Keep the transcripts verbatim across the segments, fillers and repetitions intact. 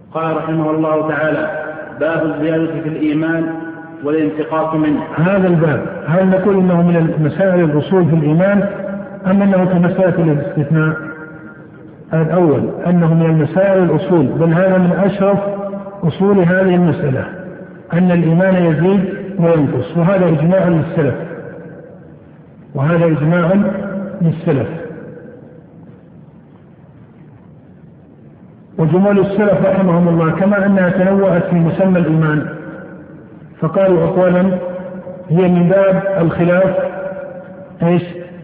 قال رحمه الله تعالى: باب الزيادة في الإيمان والانتقاص منه. هذا الباب هل نقول إنه من مسائل الأصول في الإيمان أم أنه كمسائل الاستثناء؟ الأول أنه من المسائل الأصول، بل هذا من أشرف أصول هذه المسألة، أن الإيمان يزيد وينقص، وهذا إجماع للسلف، وهذا إجماع للسلف. وجمال السلف رحمهم الله كما أنها تنوعت في مسمى الإيمان، فقالوا أقوالا هي من باب الخلاف إيش؟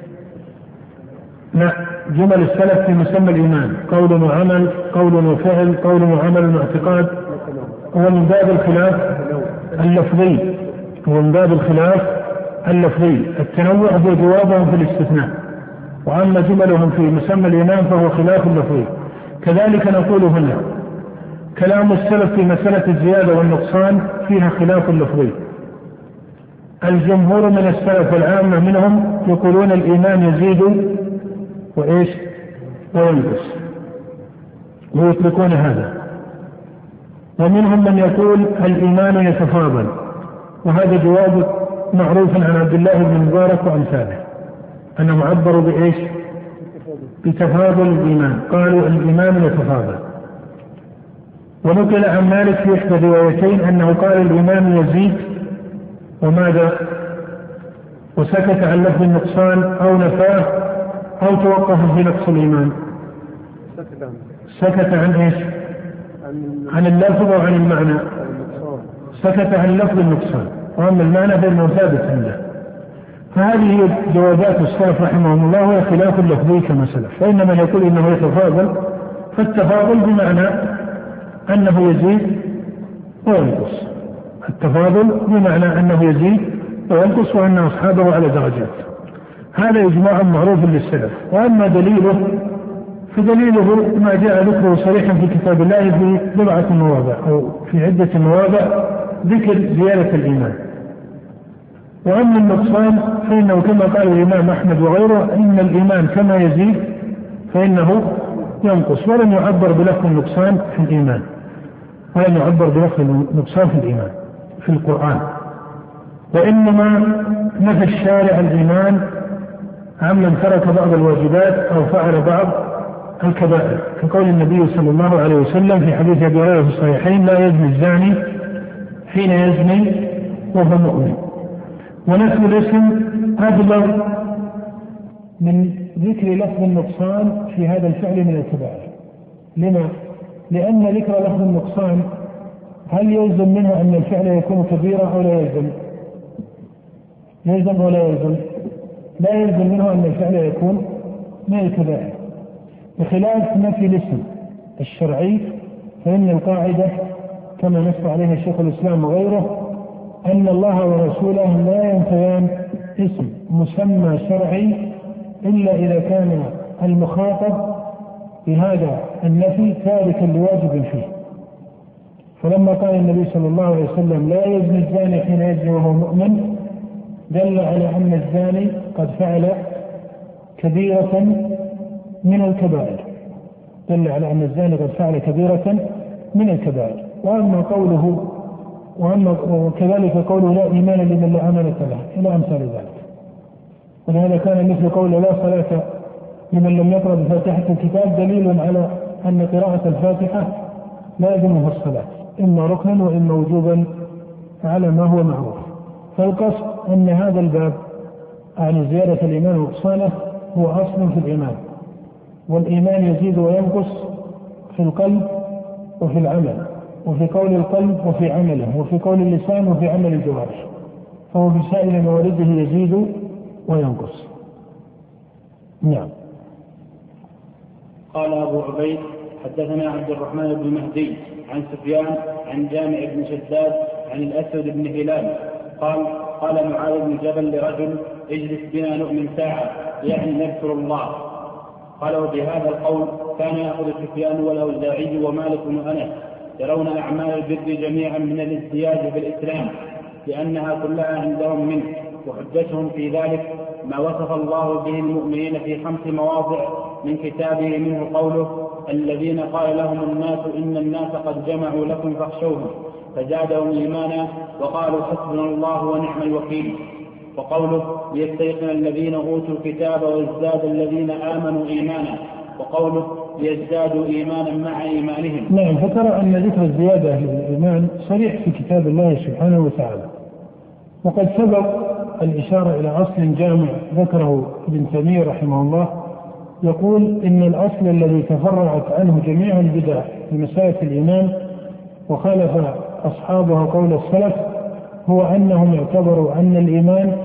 لا، جمل السلف في مسمى الإيمان قول وعمل، قول وفعل، قول وعمل واعتقاد، هو من باب الخلاف اللفظي، هو من باب الخلاف اللفظي. التنوع هو جوابهم في الاستثناء، وأما جملهم في مسمى الإيمان فهو خلاف اللفظي. كذلك نقول هنا كلام السلف في مسألة الزيادة والنقصان فيها خلاف لفظي. الجمهور من السلف والعامة منهم يقولون الإيمان يزيد وإيش وينقص، ويطلقون هذا. ومنهم من يقول الإيمان يتفاضل، وهذا جواب معروف عن عبد الله بن مبارك وأمثاله أنهم عبروا بإيش؟ بتفاضل الإيمان، قالوا الإيمان يتفاضل. ونقل عن مالك في إحدى الروايتين أنه قال الإيمان يزيد وماذا؟ وسكت عن لفظ النقصان أو نفاه أو توقف في نقص الإيمان. سكت عن إيش؟ عن اللفظ وعن المعنى. سكت عن لفظ النقصان، وأما المعنى فإنه ثابت عنده. فهذه جوابات السلف رحمهم الله وهي خلاف اللفظي كما سلف. فإن من يقول إنه يتفاضل فالتفاضل بمعنى أنه يزيد وينقص، التفاضل بمعنى أنه يزيد وينقص، وأن أصحابه على درجات. هذا إجماع معروف للسلف. وأما دليله فدليله ما جاء ذكره صريحا في كتاب الله في بضعة مواضع أو في عدة مواضع ذكر زيادة الإيمان. وأما النقصان فإنه كما قال الإمام أحمد وغيره إن الإيمان كما يزيد فإنه ينقص، ولم يعبر بلفظ النقصان في الإيمان، ولم يعبر بلفظ النقصان في الإيمان في القرآن. وإنما نفى الشارع الإيمان عمن ترك بعض الواجبات أو فعل بعض الكبائر، كقول النبي صلى الله عليه وسلم في حديث أبي هريرة في الصحيحين: لا يزني الزاني حين يزني وهو مؤمن. ونفي الاسم أبلغ من ذكر لفظ النقصان في هذا الفعل من الكبائر. لما؟ لأن ذكر لفظ النقصان هل يلزم منه أن الفعل يكون كبيرا أو لا يلزم؟ يلزم أو لا يلزم؟ لا يلزم منه أن الفعل يكون من الكبائر، بخلاف نفي الاسم الشرعي، فإن القاعدة كما نص عليها شيخ الإسلام وغيره أن الله ورسوله لا ينفيان اسم مسمى شرعي إلا إذا كان المخاطب بهذا النفي تاركا لواجب فيه. فلما قال النبي صلى الله عليه وسلم: لا يزني الزاني حين يزني وهو مؤمن، دل على أن الزاني قد فعل كبيرة من الكبائر، دل على أن الزاني قد فعل كبيرة من الكبائر. وأما قوله وأما وكذلك قوله: لا إيمان لمن لا أمانة له، إلى أمثال ذلك. ولهذا كان مثل قول: لا صلاة لمن لم يقرأ بفاتحة الكتاب، دليل على أن قراءة الفاتحة لازمها الصلاة، إما ركنا وإما وجوبا على ما هو معروف. فالقصد أن هذا الباب عن زيادة الإيمان ونقصانه هو أصل في الإيمان، والإيمان يزيد وينقص في القلب وفي العمل، وفي قول القلب وفي عمله، وفي قول اللسان وفي عمل الجوارح، فهو بسائر موارده يزيد وينقص. نعم. قال أبو عبيد: حدثنا عبد الرحمن بن مهدي عن سفيان عن جامع بن شداد عن الأسود بن هلال قال: قال معاذ بن جبل لرجل: اجلس بنا نؤمن ساعة، يعني نذكر الله. قال: وبهذا القول كان يأخذ سفيان والأوزاعي ومالك بن أنس يرون أعمال البر جميعا من الازدياد في الإسلام، لأنها كلها عندهم منه. وحجتهم في ذلك ما وصف الله به المؤمنين في خمس مواضع من كتابه، منه قوله: الذين قال لهم الناس إن الناس قد جمعوا لكم فاخشوهم فزادهم إيمانا وقالوا حسبنا الله ونعم الوكيل. وقوله ليستيقن الذين أوتوا الكتاب ويزداد الذين آمنوا إيمانا، وقوله ليزدادوا إيمانا مع إيمانهم. نعم، فترى أن ذكر الزيادة للإيمان صريح في كتاب الله سبحانه وتعالى، وقد سبق الإشارة إلى أصل جامع ذكره ابن تيمية رحمه الله، يقول إن الأصل الذي تفرعت عنه جميع البدع في مسائل الإيمان وخالف أصحابه قول السلف هو أنهم اعتبروا أن الإيمان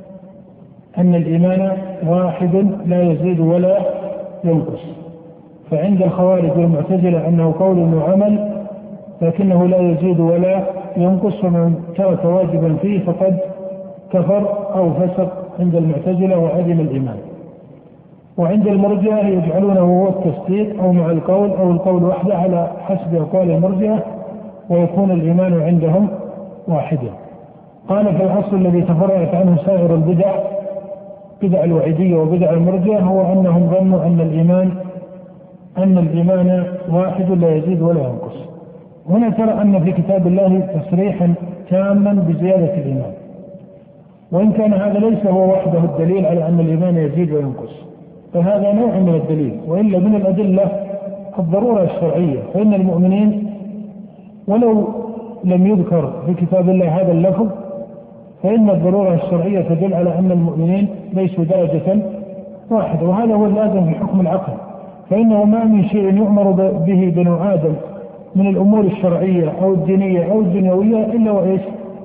أن الإيمان واحد لا يزيد ولا ينقص. فعند الخوارج والمعتزلة أنه قول وعمل لكنه لا يزيد ولا ينقص، ومن ترك واجبا فيه فقد كفر أو فسق عند المعتزلة وعدم الإيمان. وعند المرجئة يجعلونه هو التصديق أو مع القول أو القول وحده على حسب أقوال المرجئة، ويكون الإيمان عندهم واحدا. قال في الأصل الذي تفرعت عنه سائر البدع بدع الوعيدية وبدع المرجئة هو أنهم ظنوا أن الإيمان أن الإيمان واحد لا يزيد ولا ينقص. هنا ترى أن في كتاب الله تصريحا تاما بزيادة الإيمان، وإن كان هذا ليس هو وحده الدليل على أن الإيمان يزيد وينقص، فهذا نوع من الدليل، وإلا من الأدلة الضرورة الشرعية. فإن المؤمنين ولو لم يذكر في كتاب الله هذا اللفظ فإن الضرورة الشرعية تدل على أن المؤمنين ليسوا درجة واحدة، وهذا هو اللازم في حكم العقل. فإنه ما من شيء يؤمر به بنو آدم من الأمور الشرعية أو الدينية أو الدنيوية إلا وإيش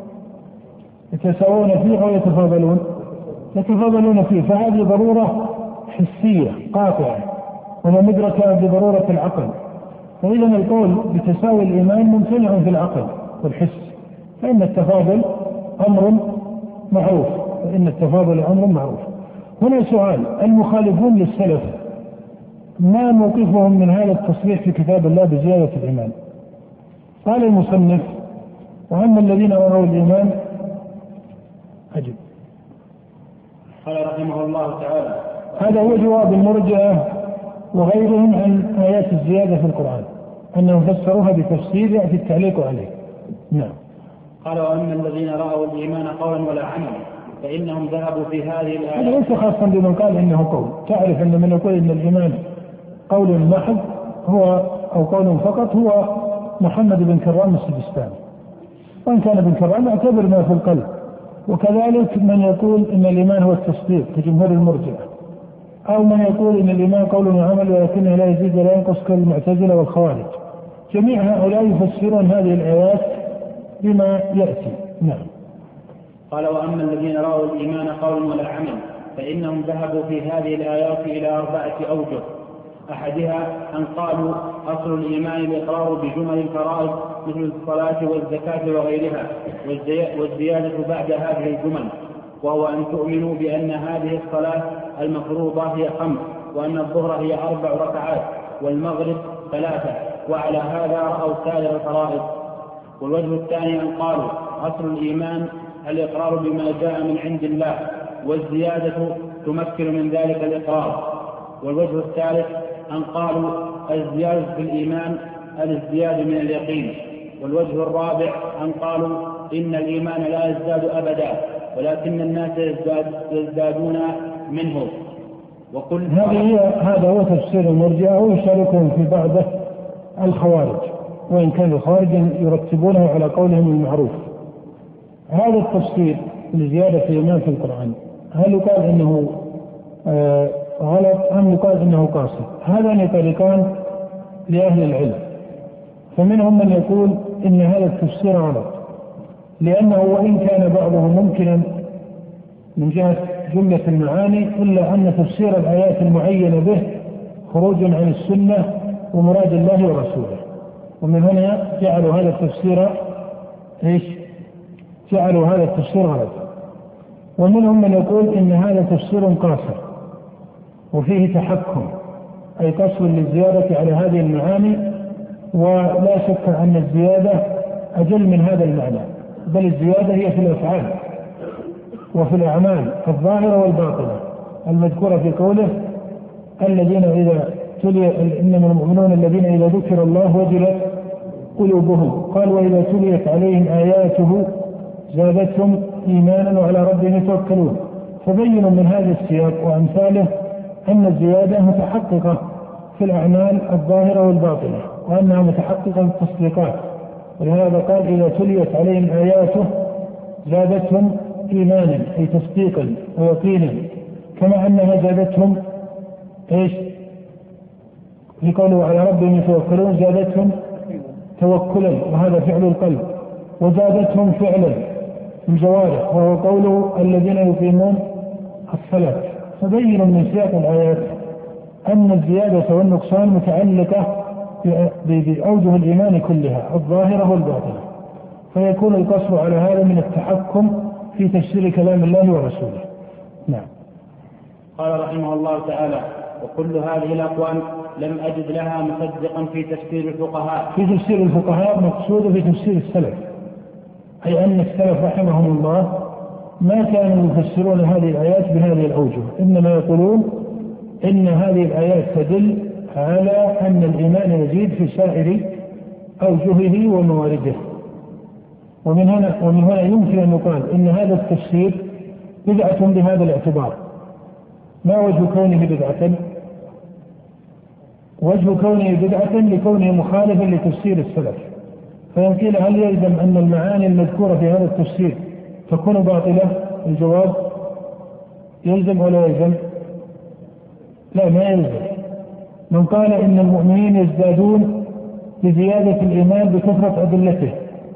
يتساوون فيه أو يتفاضلون يتفاضلون فيه. فهذه ضرورة حسية قاطعة ولا مدركة بضرورة العقل. فإذا القول بتساوي الإيمان ممتنع في العقل والحس، فإن التفاضل أمر معروف فإن التفاضل أمر معروف. هنا سؤال: المخالفون للسلف ما موقفهم من هذا التصريح في كتاب الله بزيادة الإيمان؟ قال المصنف: وأما الذين رأوا الإيمان أجب. قال رحمه الله تعالى: هذا هو جواب المرجئة وغيرهم عن آيات الزيادة في القرآن، أنهم فسروها بتفسير يأتي التعليق عليه. نعم. قال: وأما الذين رأوا الإيمان قولا ولا عملا فإنهم ذهبوا في هذه الآية. هذا ليس خاصا بمن قال إنه قول. تعرف أن من يقول إن الإيمان قول محض هو أو قول فقط هو محمد بن كرام السجستاني، وإن كان بن كرام يعتبر ما في القلب. وكذلك من يقول إن الإيمان هو التصديق كجمهور المرجئة، أو من يقول إن الإيمان قول وعمل ولكنه لا يزيد ولا ينقص كالمعتزلة والخوارج. جميع هؤلاء يفسرون هذه الآيات بما يأتي. نعم. قال: وأما الذين رأوا الإيمان قولا ولا عمل فإنهم ذهبوا في هذه الآيات إلى أربعة أوجه. أحدها أن قالوا أصل الإيمان الإقرار بجمل الفرائض مثل الصلاة والزكاة وغيرها، والزيادة بعد هذه الجمل، وهو أن تؤمنوا بأن هذه الصلاة المفروضة هي خمس، وأن الظهر هي أربع ركعات، والمغرب ثلاثة، وعلى هذا رأوا سائر الفرائض. والوجه الثاني أن قالوا أصل الإيمان الإقرار بما جاء من عند الله، والزيادة تمكن من ذلك الإقرار. والوجه الثالث أن قالوا الزيادة في الإيمان الازدياد من اليقين. والوجه الرابع أن قالوا إن الإيمان لا يزداد أبدا ولكن الناس يزداد يزدادون منه. وكل هذا هو تفسير المرجئة ويشاركهم في بعضه الخوارج، وإن كان الخوارج يرتبونه على قولهم المعروف. هذا التفسير لزيادة الإيمان في القرآن هل يقال إنه آه غلط أم يقال إنه قاصد؟ هذان طريقان لأهل العلم، فمنهم من يقول إن هذا التفسير غلط، لأنه وإن كان بعضه ممكنا من جهة جملة المعاني إلا أن تفسير الآيات المعينة به خروج عن السنة ومراد الله ورسوله، ومن هنا جعلوا هذا التفسير إيش؟ جعلوا هذا التفسير غلط. ومنهم من يقول إن هذا تفسير قاصر وفيه تحكم، أي قصر للزيادة على هذه المعاني، ولا شك أن الزيادة أجل من هذا المعنى، بل الزيادة هي في الأفعال وفي الأعمال الظاهرة والباطنة المذكورة في قوله الذين إذا تلي إنما المؤمنون الذين إذا ذكر الله وجلت قلوبهم. قال وإذا تليت عليهم آياته زادتهم إيمانا وعلى ربهم يتوكلون. فبين من هذا السياق وأمثاله أن الزيادة متحققة في الأعمال الظاهرة والباطنة، وأنها متحققة في التصديقات. ولهذا قال إذا تليت عليهم آياته زادتهم إيمانا أي تصديقا ويقينا، كما أنها زادتهم إيش؟ لقوله على ربهم يتوكلون زادتهم توكلا، وهذا فعل القلب، وزادتهم فعلا الجوارح، وهو قوله الذين يقيمون الصلاة. فبين من سياق الآيات أن الزيادة والنقصان متعلقة بأوجه الإيمان كلها الظاهرة والباطنة، فيكون القصر على هذا من التحكم في تفسير كلام الله ورسوله. نعم. قال رحمه الله تعالى: وكل هذه الأقوال لم أجد لها مصدقا في تفسير الفقهاء. في تفسير الفقهاء مقصود في تفسير السلف، أي أن السلف رحمهم الله ما كانوا يفسرون هذه الآيات بهذه الأوجه، إنما يقولون إن هذه الآيات تدل على أن الإيمان يزيد في سائر أوجهه وموارده. ومن هنا ومن هنا يمكن أن يقال إن هذا التفسير بدعة بهذا الاعتبار. ما وجه كونه بدعة؟ وجه كونه بدعة لكونه مخالفا لتفسير السلف. فإن قيل هل يلزم أن المعاني المذكورة في هذا التفسير تكون باطلة؟ الجواب يلزم ولا يلزم؟ لا، ما يلزم. من قال إن المؤمنين يزدادون بزيادة الإيمان بكثرة أدلته،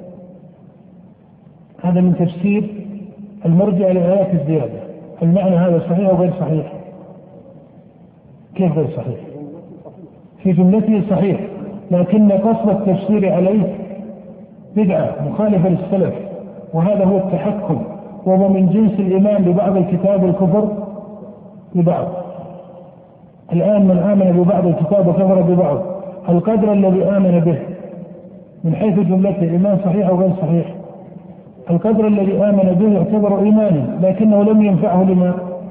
هذا من تفسير المرجع لآيات الزيادة. المعنى هذا صحيح أو غير صحيح؟ كيف غير صحيح؟ في جملته صحيح، لكن قصد التفسير عليه بدعة مخالفة للسلف، وهذا هو التحكم، وهو من جنس الإيمان ببعض الكتاب والكفر ببعض. الآن من آمن ببعض الكتاب وكفر ببعض، القدر الذي آمن به من حيث جملته إيمان صحيح أو غير صحيح؟ القدر الذي آمن به يعتبر إيمانا، لكنه لم ينفعه لما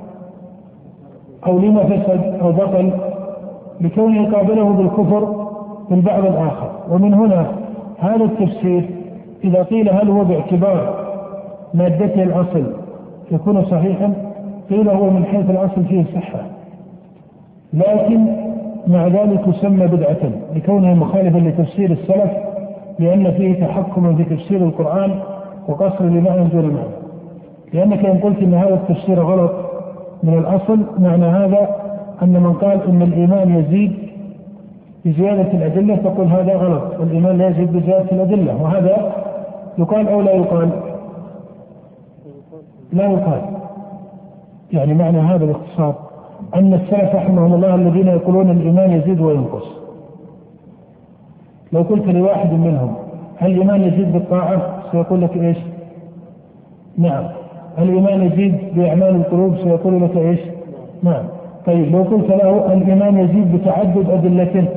أو لما فسد أو بطل لكونه يقابله بالكفر بالبعض الآخر. ومن هنا هذا التفسير إذا قيل هل هو باعتبار مادته الأصل يكون صحيحا؟ قيل هو من حيث الأصل فيه صحة، لكن مع ذلك يسمى بدعة لكونه مخالفا لتفسير السلف، لأن فيه تحكم في تفسير القرآن وقصر لمعنى دون معنى. لأنك إن قلت إن هذا التفسير غلط من الأصل، معنى هذا أن من قال إن الإيمان يزيد بزيادة الأدلة تقول هذا غلط، والإيمان لا يزيد بزيادة الأدلة. وهذا يقال أو لا يقال؟ لا يقال. يعني معنى هذا باختصار أن السلف رحمهم الله الذين يقولون الإيمان يزيد وينقص، لو قلت لواحد منهم هل الإيمان يزيد بالطاعة سيقول لك إيش؟ نعم. هل الإيمان يزيد بأعمال القلوب سيقول لك إيش؟ نعم. طيب لو قلت له الإيمان يزيد بتعدد أدلته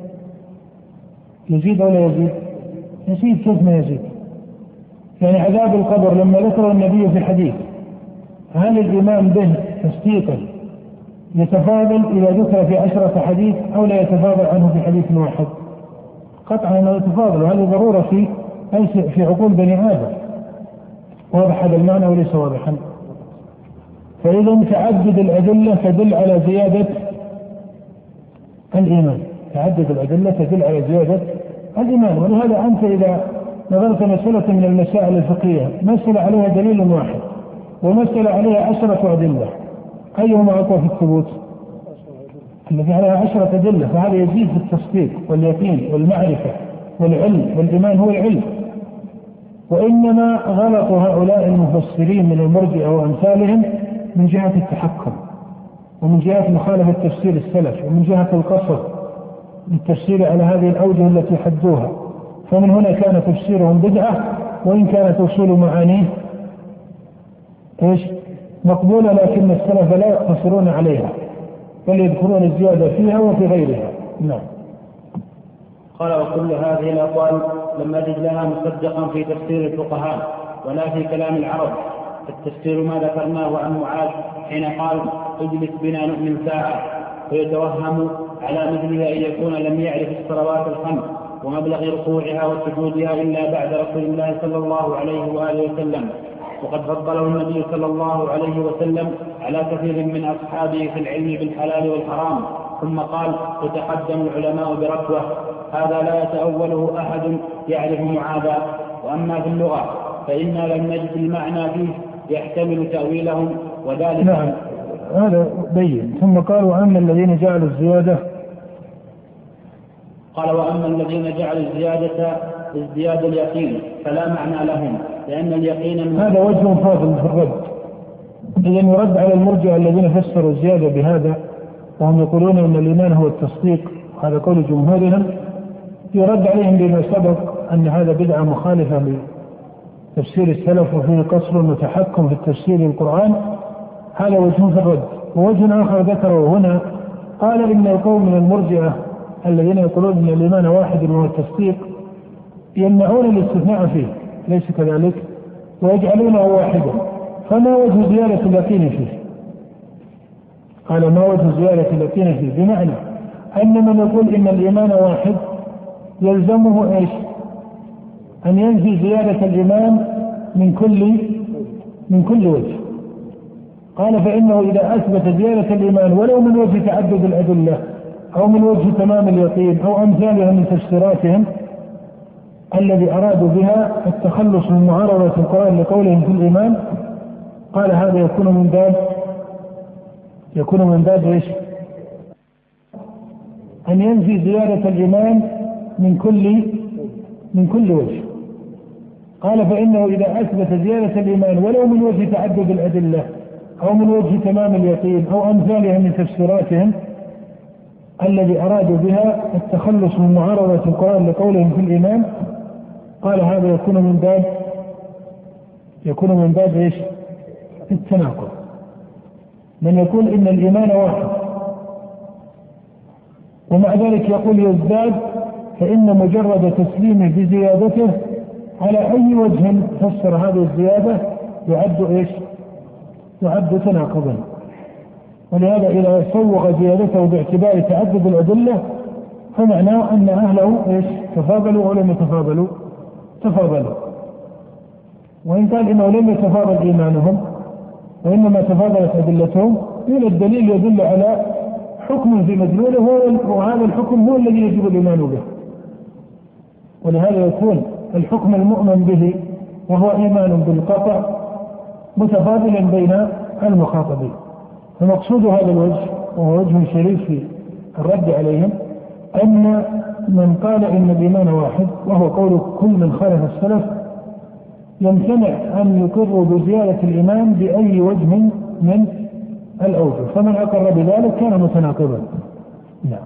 يزيد أو لا يزيد؟ يزيد. كيف ما يزيد؟ يعني عذاب القبر لما ذكر النبي في حديث، هل الإيمان به تصديقا يتفاضل إذا ذكر في عشرة حديث أو لا يتفاضل عنه في حديث واحد؟ قطعا أنه يتفاضل، وهذه ضرورة في في عقول بني آدم. واضح هذا المعنى وليس واضحا؟ فإذا تعدد الأدلة تدل على زيادة الإيمان، تعدد الأدلة تدل على زيادة الإيمان. ولهذا أنت إذا نظرت مسألة من المسائل الفقهية، مسألة عليها دليل واحد ومسألة عليها عشرة أدلة، أيهما أقوى في الثبوت؟ الذي عليها عشرة أدلة، فهذا يزيد في التصديق واليقين والمعرفة والعلم، والإيمان هو العلم. وإنما غلط هؤلاء المفسرين من المرجئة وأمثالهم من جهة التحكم، ومن جهة مخالفة تفسير السلف، ومن جهة القصر للتفسير على هذه الأوجه التي حدوها. فمن هنا كان تفسيرهم بدعة، وإن كانت وصول معانيه إيش؟ مقبولة، لكن السلف لا يقتصرون عليها بل يذكرون الزيادة فيها وفي غيرها. نعم. قال: وكل هذه الأقوال لم أجد لها مصدقا في تفسير الفقهاء ولا في كلام العرب. التفسير ما ذكرناه عن معاذ حين قال: اجلس بنا نؤمن ساعة، ويتوهم على مثله أن يكون لم يعرف الصلوات الخمس ومبلغ ركوعها وسجودها إلا بعد رسول الله صلى الله عليه وآله وسلم، وقد فضله النبي صلى الله عليه وسلم على كثير من أصحابه في العلم بالحلال والحرام. ثم قال: يتقدم العلماء بركوة. هذا لا يتأوله أحد يعرف معاذا. وأما في اللغة فإنا لم نجد المعنى فيه يحتمل تأويلهم، وذلك نعم هذا بين. ثم قال: وأما الذين جعلوا الزيادة قال وأما الذين جعلوا الزيادة ازدياد اليقين فلا معنى لهم، لأن اليقين من هذا وجه فاضل في الرد. إذن يرد على المرجئة الذين فسروا الزيادة بهذا وهم يقولون أن الإيمان هو التصديق، هذا قول جمهورهم، يرد عليهم بما سبق أن هذا بدعة مخالفة لتفسير السلف وفيه قصر متحكم في التفسير القرآن. هذا وجه في الرد. ووجه آخر ذكره هنا قال إن القوم من المرجئة الذين يقولون أن الإيمان واحد وهو التصديق يمنعون الاستثناء فيه، ليس كذلك، ويجعلونه واحدا، فما وجه زيادة اليقين فيه؟ قال: ما وجه زيادة اليقين فيه؟ بمعنى أن من يقول إن الإيمان واحد يلزمه إيش؟ أن ينفي زيادة الإيمان من كل من كل وجه. قال: فإنه إذا أثبت زيادة الإيمان ولو من وجه تعدد الأدلة أو من وجه تمام اليقين أو أمثالها من تفسيراتهم الذي أرادوا بها التخلص من معارضة القرآن لقولهم في الإيمان، قال: هذا يكون من باب يكون من باب إيش؟ أن ينفي زيادة الإيمان من كل من كل وجه. قال: فإنه إذا أثبت زيادة الإيمان ولو من وجه تعدد الأدلة أو من وجه تمام اليقين أو أمثالها من تفسيراتهم الذي أرادوا بها التخلص من معارضة القرآن لقولهم في الإيمان، قال: هذا يكون من باب يكون من باب إيش؟ التناقض. من يقول إن الإيمان واحد ومع ذلك يقول يزداد، فإن مجرد تسليمه بزيادته على أي وجه فسر هذه الزيادة يعد إيش؟ يعد تناقضا. ولهذا إذا سوغ زيادته باعتبار تعدد الأدلة فمعناه أن أهله إيش؟ تفاضلوا ولم يتفاضلوا تفاضلوا. وإن قال إنه لم يتفاضل إيمانهم وإنما تفاضلت أدلتهم، إلى الدليل يدل على حكم في مدلوله، وهذا الحكم هو الذي يجب الإيمان به. ولهذا يكون الحكم المؤمن به وهو إيمان بالقطع متفاضلا بين المخاطبين. فمقصود هذا الوجه وهو وجه شريف في الرد عليهم أن من قال إن الإيمان واحد وهو قول كل من خالف السلف يمتنع أن يقر بزيادة الإيمان بأي وجه من الأوجه، فمن أقر بذلك كان متناقضا. نعم.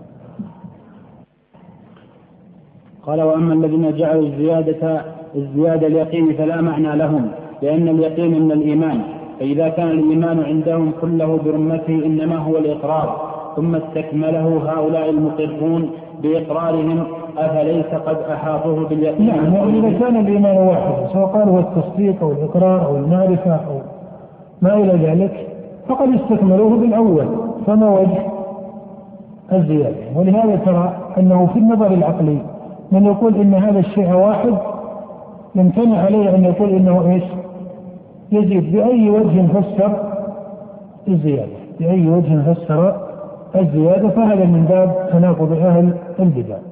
قال: وأما الذين جعلوا الزيادة ازدياد اليقين فلا معنى لهم، لأن اليقين من الإيمان، فإذا كان الإيمان عندهم كله برمته إنما هو الإقرار، ثم استكمله هؤلاء المقرون بإقرارهم، أفليس قد أحاطوه باليقين؟ نعم، يعني إذا كان الإيمان واحد سواء قال هو التصديق أو الإقرار أو المعرفة أو ما إلى ذلك فقد استكملوه بالأول، فما وجه الزيادة؟ ولهذا ترى أنه في النظر العقلي من يقول إن هذا الشيء واحد يمتنع عليه أن يقول إنه إيش؟ يزيد بأي وجه فسر الزيادة، بأي وجه فسر الزيادة، فهذا من باب تناقض أهل البدع.